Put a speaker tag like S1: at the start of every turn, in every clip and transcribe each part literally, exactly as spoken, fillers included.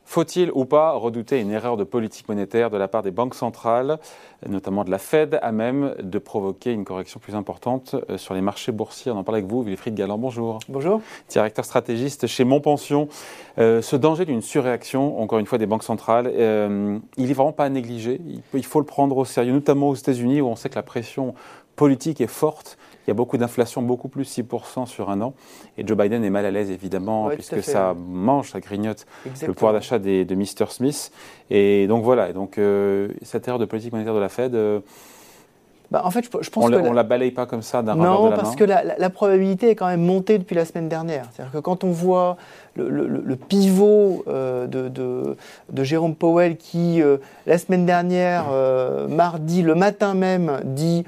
S1: Faut-il ou pas redouter une erreur de politique monétaire de la part des banques centrales, notamment de la Fed, à même de provoquer une correction plus importante sur les marchés boursiers? On en parle avec vous, Wilfried Galland, bonjour.
S2: Bonjour.
S1: Directeur stratégiste chez Montpension. Euh, ce danger d'une surréaction, encore une fois, des banques centrales, euh, il n'est vraiment pas à négliger. Il, il faut le prendre au sérieux, notamment aux États-Unis où on sait que la pression politique est forte. Il y a beaucoup d'inflation, beaucoup plus six pour cent sur un an. Et Joe Biden est mal à l'aise, évidemment,
S2: ouais,
S1: puisque ça mange, ça grignote
S2: Exactement.
S1: le pouvoir d'achat des, de mister Smith. Et donc voilà, et donc, euh, cette erreur de politique monétaire de la Fed, euh,
S2: bah, en fait, je, je pense
S1: on
S2: que
S1: ne la,
S2: la...
S1: la balaye pas comme ça d'un revers de la main.
S2: Non, parce que la, la, la probabilité est quand même montée depuis la semaine dernière. C'est-à-dire que quand on voit le, le, le pivot euh, de, de, de Jérôme Powell qui, euh, la semaine dernière, euh, mardi, le matin même, dit...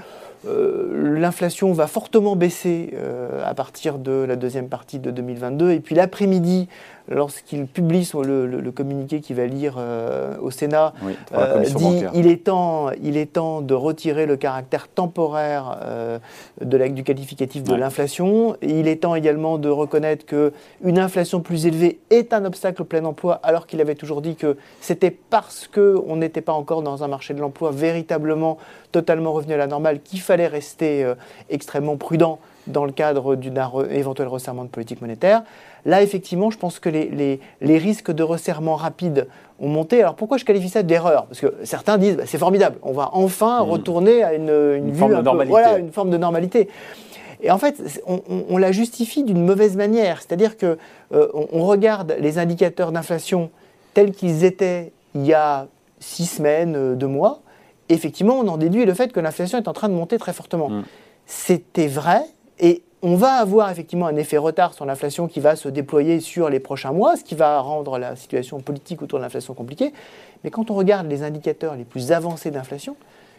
S2: Euh, l'inflation va fortement baisser euh, à partir de la deuxième partie de deux mille vingt-deux. Et puis l'après-midi, lorsqu'il publie son, le, le, le communiqué qu'il va lire euh, au Sénat,
S1: oui, euh,
S2: dit il est, temps, il est temps de retirer le caractère temporaire euh, de la, du qualificatif de ouais. l'inflation. Et il est temps également de reconnaître qu'une inflation plus élevée est un obstacle au plein emploi, alors qu'il avait toujours dit que c'était parce qu'on n'était pas encore dans un marché de l'emploi véritablement totalement revenu à la normale qu'il fallait rester euh, extrêmement prudent dans le cadre d'un re- éventuel resserrement de politique monétaire. Là, effectivement, je pense que les, les, les risques de resserrement rapide ont monté. Alors, pourquoi je qualifie ça d'erreur ? Parce que certains disent bah, c'est formidable, on va enfin mmh. retourner à une, une,
S1: une
S2: vue
S1: forme
S2: un
S1: de normalité.
S2: Peu, voilà, une forme de normalité. Et en fait, on, on, on la justifie d'une mauvaise manière. C'est-à-dire qu'on euh, on regarde les indicateurs d'inflation tels qu'ils étaient il y a six semaines, euh, deux mois. Effectivement, on en déduit le fait que l'inflation est en train de monter très fortement. Mmh. C'était vrai, et on va avoir effectivement un effet retard sur l'inflation qui va se déployer sur les prochains mois, ce qui va rendre la situation politique autour de l'inflation compliquée. Mais quand on regarde les indicateurs les plus avancés d'inflation,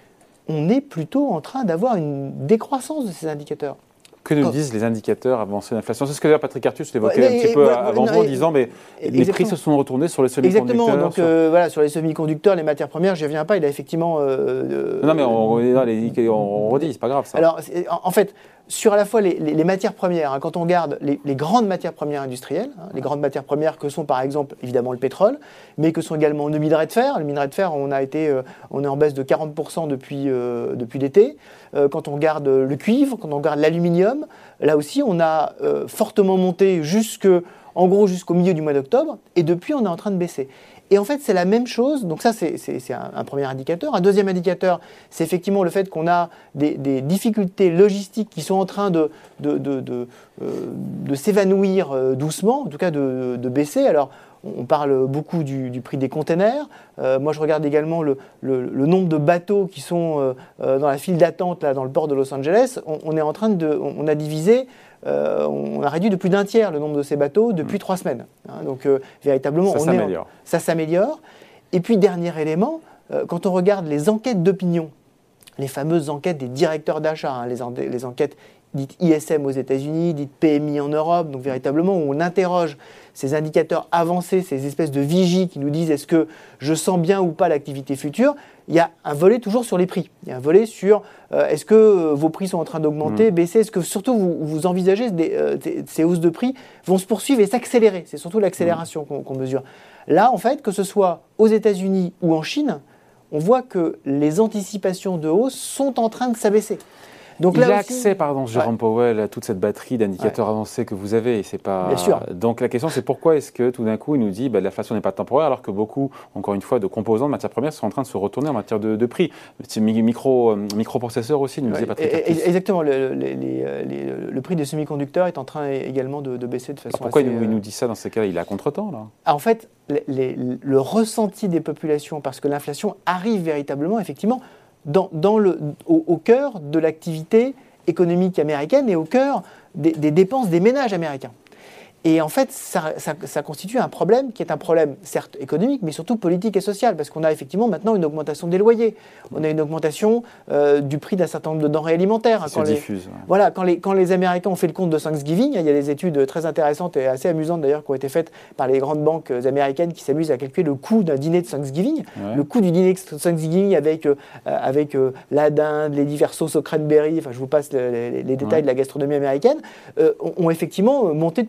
S2: on est plutôt en train d'avoir une décroissance de ces indicateurs.
S1: Que nous disent les indicateurs avancés d'inflation ? C'est ce que d'ailleurs Patrick Artus l'évoquait ouais, un petit peu ouais, avant non, vous en disant mais les prix se sont retournés sur les semi-conducteurs.
S2: Exactement, donc sur... Euh, voilà, sur les semi-conducteurs, les matières premières, je n'y reviens pas, il a effectivement... Euh,
S1: non mais on, non, les, on redit, c'est pas grave ça.
S2: Alors en, en fait, sur à la fois les, les, les matières premières, hein, quand on regarde les, les grandes matières premières industrielles, hein, les grandes matières premières que sont par exemple évidemment le pétrole, mais que sont également le minerai de fer. Le minerai de fer, on, a été, euh, on est en baisse de quarante pour cent depuis, euh, depuis l'été. Euh, quand on regarde le cuivre, quand on regarde l'aluminium, là aussi on a euh, fortement monté jusque, en gros jusqu'au milieu du mois d'octobre, et depuis on est en train de baisser. Et en fait, c'est la même chose. Donc ça, c'est, c'est, c'est un, un premier indicateur. Un deuxième indicateur, c'est effectivement le fait qu'on a des, des difficultés logistiques qui sont en train de, de, de, de, euh, de s'évanouir euh, doucement, en tout cas de, de baisser. Alors, on parle beaucoup du, du prix des containers. Euh, moi, je regarde également le, le, le nombre de bateaux qui sont euh, dans la file d'attente là, dans le port de Los Angeles. On, on est en train de, on a divisé, euh, on a réduit de plus d'un tiers le nombre de ces bateaux depuis mmh. trois semaines. Hein, donc, euh, véritablement,
S1: ça
S2: on
S1: s'améliore.
S2: Est en, ça s'améliore. Et puis, dernier élément, euh, quand on regarde les enquêtes d'opinion, les fameuses enquêtes des directeurs d'achat, hein, les, en, les enquêtes dites I S M aux États-Unis, dites P M I en Europe, donc véritablement où on interroge ces indicateurs avancés, ces espèces de vigies qui nous disent est-ce que je sens bien ou pas l'activité future, il y a un volet toujours sur les prix. Il y a un volet sur euh, est-ce que euh, vos prix sont en train d'augmenter, mmh. baisser, est-ce que surtout vous, vous envisagez des, euh, des, ces hausses de prix vont se poursuivre et s'accélérer. C'est surtout l'accélération mmh. qu'on, qu'on mesure. Là, en fait, que ce soit aux États-Unis ou en Chine, on voit que les anticipations de hausse sont en train de s'abaisser.
S1: Donc, il là a aussi... accès, pardon, Jérôme ouais. Powell, à toute cette batterie d'indicateurs ouais. avancés que vous avez. Et c'est pas...
S2: Bien sûr.
S1: Donc la question, c'est pourquoi est-ce que tout d'un coup, il nous dit bah, l'inflation n'est pas temporaire, alors que beaucoup, encore une fois, de composants de matières premières sont en train de se retourner en matière de, de prix. Micro, microprocesseurs aussi, nous ouais. disait Patrick Artus.
S2: Exactement. Le, le, le, le, le prix des semi-conducteurs est en train également de, de baisser de façon
S1: alors pourquoi
S2: assez...
S1: Pourquoi il nous dit ça dans ces cas-là ? Il est à contre-temps, là.
S2: En fait, les, les, le ressenti des populations, parce que l'inflation arrive véritablement, effectivement, dans, dans le, au, au cœur de l'activité économique américaine et au cœur des, des dépenses des ménages américains. Et en fait, ça, ça, ça constitue un problème qui est un problème certes économique, mais surtout politique et social, parce qu'on a effectivement maintenant une augmentation des loyers, on a une augmentation euh, du prix d'un certain nombre de denrées alimentaires. Hein,
S1: quand
S2: les,
S1: diffuse, ouais.
S2: Voilà, quand les, quand les Américains ont fait le compte de Thanksgiving, il y a des études très intéressantes et assez amusantes d'ailleurs qui ont été faites par les grandes banques américaines qui s'amusent à calculer le coût d'un dîner de Thanksgiving, ouais. le coût du dîner de Thanksgiving avec, euh, avec euh, la dinde, les diverses sauces au cranberry, enfin je vous passe les, les, les détails ouais. de la gastronomie américaine, euh, ont, ont effectivement monté de plus de trente pour cent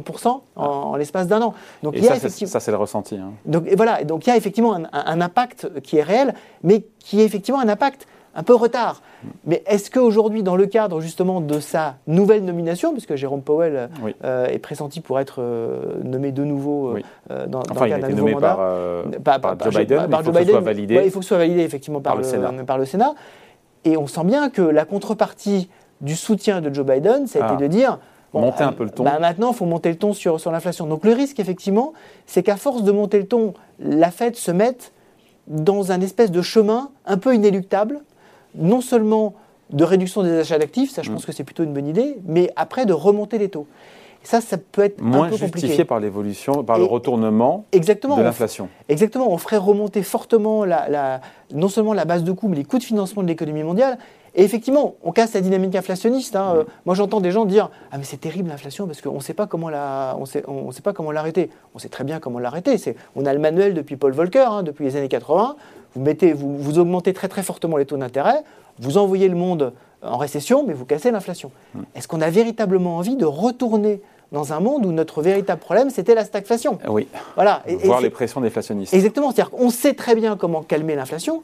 S2: pour cent en, en l'espace d'un an.
S1: Donc, et il y a ça, effectivement... c'est, ça, c'est le ressenti. Hein.
S2: Donc, et voilà, donc il y a effectivement un, un impact qui est réel, mais qui est effectivement un impact un peu retard. Mais est-ce qu'aujourd'hui, dans le cadre justement de sa nouvelle nomination, puisque Jérôme Powell oui. euh, est pressenti pour être euh, nommé de nouveau
S1: oui.
S2: euh, dans,
S1: enfin,
S2: dans le cadre d'un nouveau mandat,
S1: par, euh, par, par, par Joe Biden, par, par il, faut Joe Biden validé
S2: ouais, il faut que ce soit validé effectivement par, par, le, le Sénat. par le Sénat. Et on sent bien que la contrepartie du soutien de Joe Biden, ça a ah. été de dire
S1: bon, monter un peu le ton.
S2: Bah, maintenant, il faut monter le ton sur, sur l'inflation. Donc le risque, effectivement, c'est qu'à force de monter le ton, la Fed se mette dans un espèce de chemin un peu inéluctable, non seulement de réduction des achats d'actifs, ça je mmh. pense que c'est plutôt une bonne idée, mais après de remonter les taux. Et ça, ça peut être
S1: moins
S2: un peu compliqué.
S1: Justifié par l'évolution, par Et le retournement exactement, de l'inflation.
S2: On, exactement, on ferait remonter fortement la, la, non seulement la base de coûts, mais les coûts de financement de l'économie mondiale. Et effectivement, on casse la dynamique inflationniste. Hein. Mmh. Euh, moi, j'entends des gens dire « Ah, mais c'est terrible l'inflation parce qu'on ne sait pas comment la, on sait, on sait pas comment l'arrêter. » On sait très bien comment l'arrêter. C'est, on a le manuel depuis Paul Volcker, hein, depuis les années quatre-vingts. Vous, mettez, vous, vous augmentez très très fortement les taux d'intérêt, vous envoyez le monde en récession, mais vous cassez l'inflation. Mmh. Est-ce qu'on a véritablement envie de retourner dans un monde où notre véritable problème, c'était la stagflation ?
S1: Oui,
S2: voilà.
S1: Et, voir et les pressions déflationnistes.
S2: Exactement, c'est-à-dire qu'on sait très bien comment calmer l'inflation,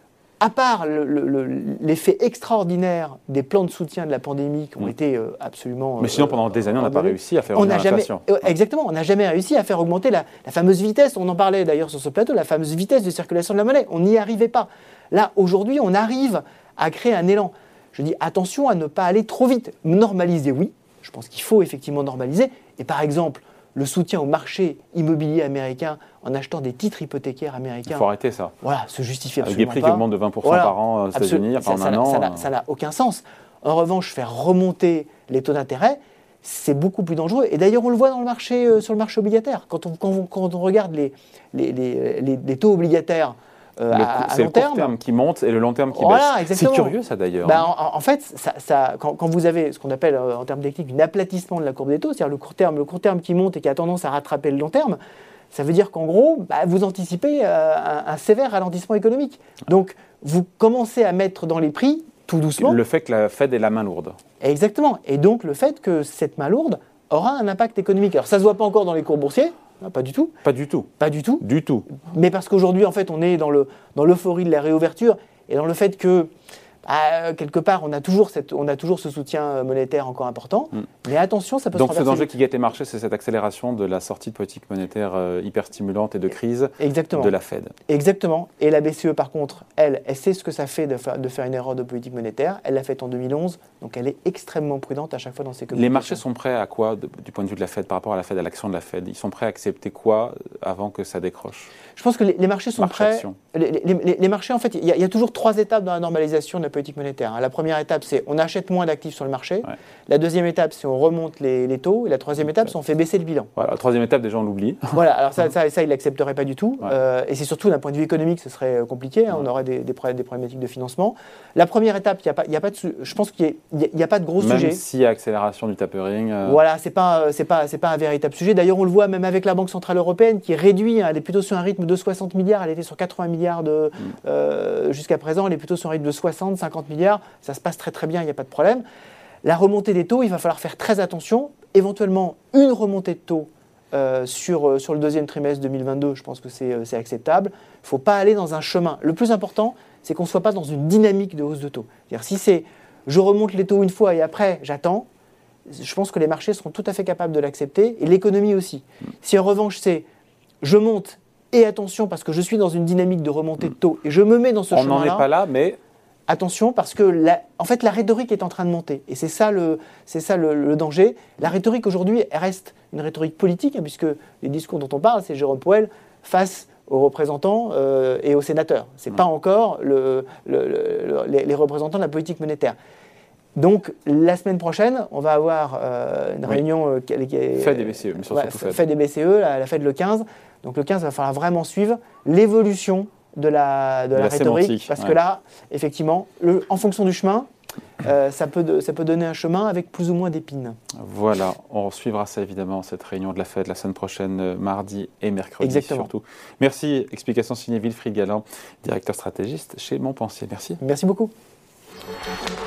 S2: à part le, le, le, l'effet extraordinaire des plans de soutien de la pandémie qui ont mmh. été euh, absolument...
S1: Mais sinon, pendant euh, des années, on n'a pas réussi à faire revenir l'inflation.
S2: Euh, exactement, on n'a jamais réussi à faire augmenter la, la fameuse vitesse, on en parlait d'ailleurs sur ce plateau, la fameuse vitesse de circulation de la monnaie. On n'y arrivait pas. Là, aujourd'hui, on arrive à créer un élan. Je dis attention à ne pas aller trop vite. Normaliser, oui. Je pense qu'il faut effectivement normaliser. Et par exemple, le soutien au marché immobilier américain en achetant des titres hypothécaires américains.
S1: Il faut arrêter ça.
S2: Voilà, se justifie absolument pas.
S1: Avec des prix
S2: pas.
S1: qui augmentent de vingt pour cent voilà. par an aux États-Unis, enfin,
S2: ça,
S1: en un
S2: ça,
S1: an.
S2: Ça, n'a, ça n'a aucun sens. En revanche, faire remonter les taux d'intérêt, c'est beaucoup plus dangereux. Et d'ailleurs, on le voit dans le marché, euh, sur le marché obligataire. Quand on, quand on, quand on regarde les, les, les, les, les taux obligataires euh,
S1: le,
S2: à, à
S1: c'est
S2: long
S1: le
S2: terme,
S1: court terme qui monte et le long terme qui
S2: voilà,
S1: baisse.
S2: Exactement.
S1: C'est curieux ça d'ailleurs.
S2: Bah, en, en fait, ça, ça, quand, quand vous avez ce qu'on appelle euh, en termes techniques un aplatissement de la courbe des taux, c'est-à-dire le court terme, le court terme qui monte et qui a tendance à rattraper le long terme, ça veut dire qu'en gros, bah, vous anticipez euh, un, un sévère ralentissement économique. Donc, vous commencez à mettre dans les prix, tout doucement.
S1: Le fait que la Fed ait la main lourde.
S2: Exactement. Et donc, le fait que cette main lourde aura un impact économique. Alors, ça ne se voit pas encore dans les cours boursiers. Non, pas du tout.
S1: Pas du tout.
S2: Pas du tout.
S1: Du tout.
S2: Mais parce qu'aujourd'hui, en fait, on est dans, le, dans l'euphorie de la réouverture et dans le fait que, bah, quelque part, on a, toujours cette, on a toujours ce soutien monétaire encore important. Mm. Mais attention, ça peut
S1: Donc,
S2: se renverser.
S1: Donc, ce danger qui guette les marchés, c'est cette accélération de la sortie de politique monétaire euh, hyper stimulante et de crise
S2: Exactement.
S1: de la Fed.
S2: Exactement. Et la B C E, par contre, elle, elle sait ce que ça fait de faire, de faire une erreur de politique monétaire. Elle l'a faite en deux mille onze. Donc, elle est extrêmement prudente à chaque fois dans ses communications.
S1: Les marchés sont prêts à quoi, de, du point de vue de la Fed, par rapport à la Fed, à l'action de la Fed ? Ils sont prêts à accepter quoi avant que ça décroche ?
S2: Je pense que les, les marchés sont prêts. Les, les, les marchés, en fait, il y, y a toujours trois étapes dans la normalisation de la politique monétaire. La première étape, c'est on achète moins d'actifs sur le marché. Ouais. La deuxième étape, c'est on remonte les, les taux. Et la troisième étape, c'est on fait baisser le bilan.
S1: Voilà, la troisième étape, déjà, on l'oublie.
S2: Voilà, alors ça, ça, ça il l'accepterait pas du tout. Ouais. Euh, et c'est surtout d'un point de vue économique, ce serait compliqué. Hein, ouais. On aurait des, des, des problématiques de financement. La première étape, il y a pas, il y a pas de, je pense qu'il n'y a, a pas de gros
S1: même
S2: sujet.
S1: Même s'il y a accélération du tapering. Euh...
S2: Voilà, c'est pas, c'est pas, c'est pas un véritable sujet. D'ailleurs, on le voit même avec la Banque centrale européenne qui réduit. Hein, elle est plutôt sur un rythme de soixante milliards. Elle était sur quatre-vingts milliards de, mm. euh, jusqu'à présent. Elle est plutôt sur un rythme de soixante, cinquante milliards. Ça se passe très très bien. Il n'y a pas de problème. La remontée des taux, il va falloir faire très attention. Éventuellement, une remontée de taux euh, sur, euh, sur le deuxième trimestre deux mille vingt-deux, je pense que c'est, euh, c'est acceptable. Il ne faut pas aller dans un chemin. Le plus important, c'est qu'on ne soit pas dans une dynamique de hausse de taux. C'est-à-dire, si c'est je remonte les taux une fois et après j'attends, je pense que les marchés seront tout à fait capables de l'accepter et l'économie aussi. Si en revanche c'est je monte et attention parce que je suis dans une dynamique de remontée de taux et je me mets dans ce
S1: On
S2: chemin-là.
S1: On n'en est pas là, mais...
S2: Attention, parce que la, en fait, la rhétorique est en train de monter. Et c'est ça le, c'est ça le, le danger. La rhétorique aujourd'hui, elle reste une rhétorique politique, hein, puisque les discours dont on parle, c'est Jérôme Powell face aux représentants euh, et aux sénateurs. Ce n'est mmh. pas encore le, le, le, les, les représentants de la politique monétaire. Donc, la semaine prochaine, on va avoir euh, une oui. réunion euh, qui, qui est...
S1: Fed et B C E, mais surtout
S2: ouais,
S1: Fed.
S2: Fed et B C E, la, la Fed le quinze. Donc, le quinze, il va falloir vraiment suivre l'évolution de la, de de la, la rhétorique, sémantique, parce ouais. que là, effectivement, le, en fonction du chemin, euh, ça, peut de, ça peut donner un chemin avec plus ou moins d'épines.
S1: Voilà, on suivra ça évidemment, cette réunion de la Fed la semaine prochaine, mardi et mercredi.
S2: Exactement.
S1: Surtout. Merci, explication signée Wilfried Galland, directeur stratégiste chez Montpensier. Merci.
S2: Merci beaucoup.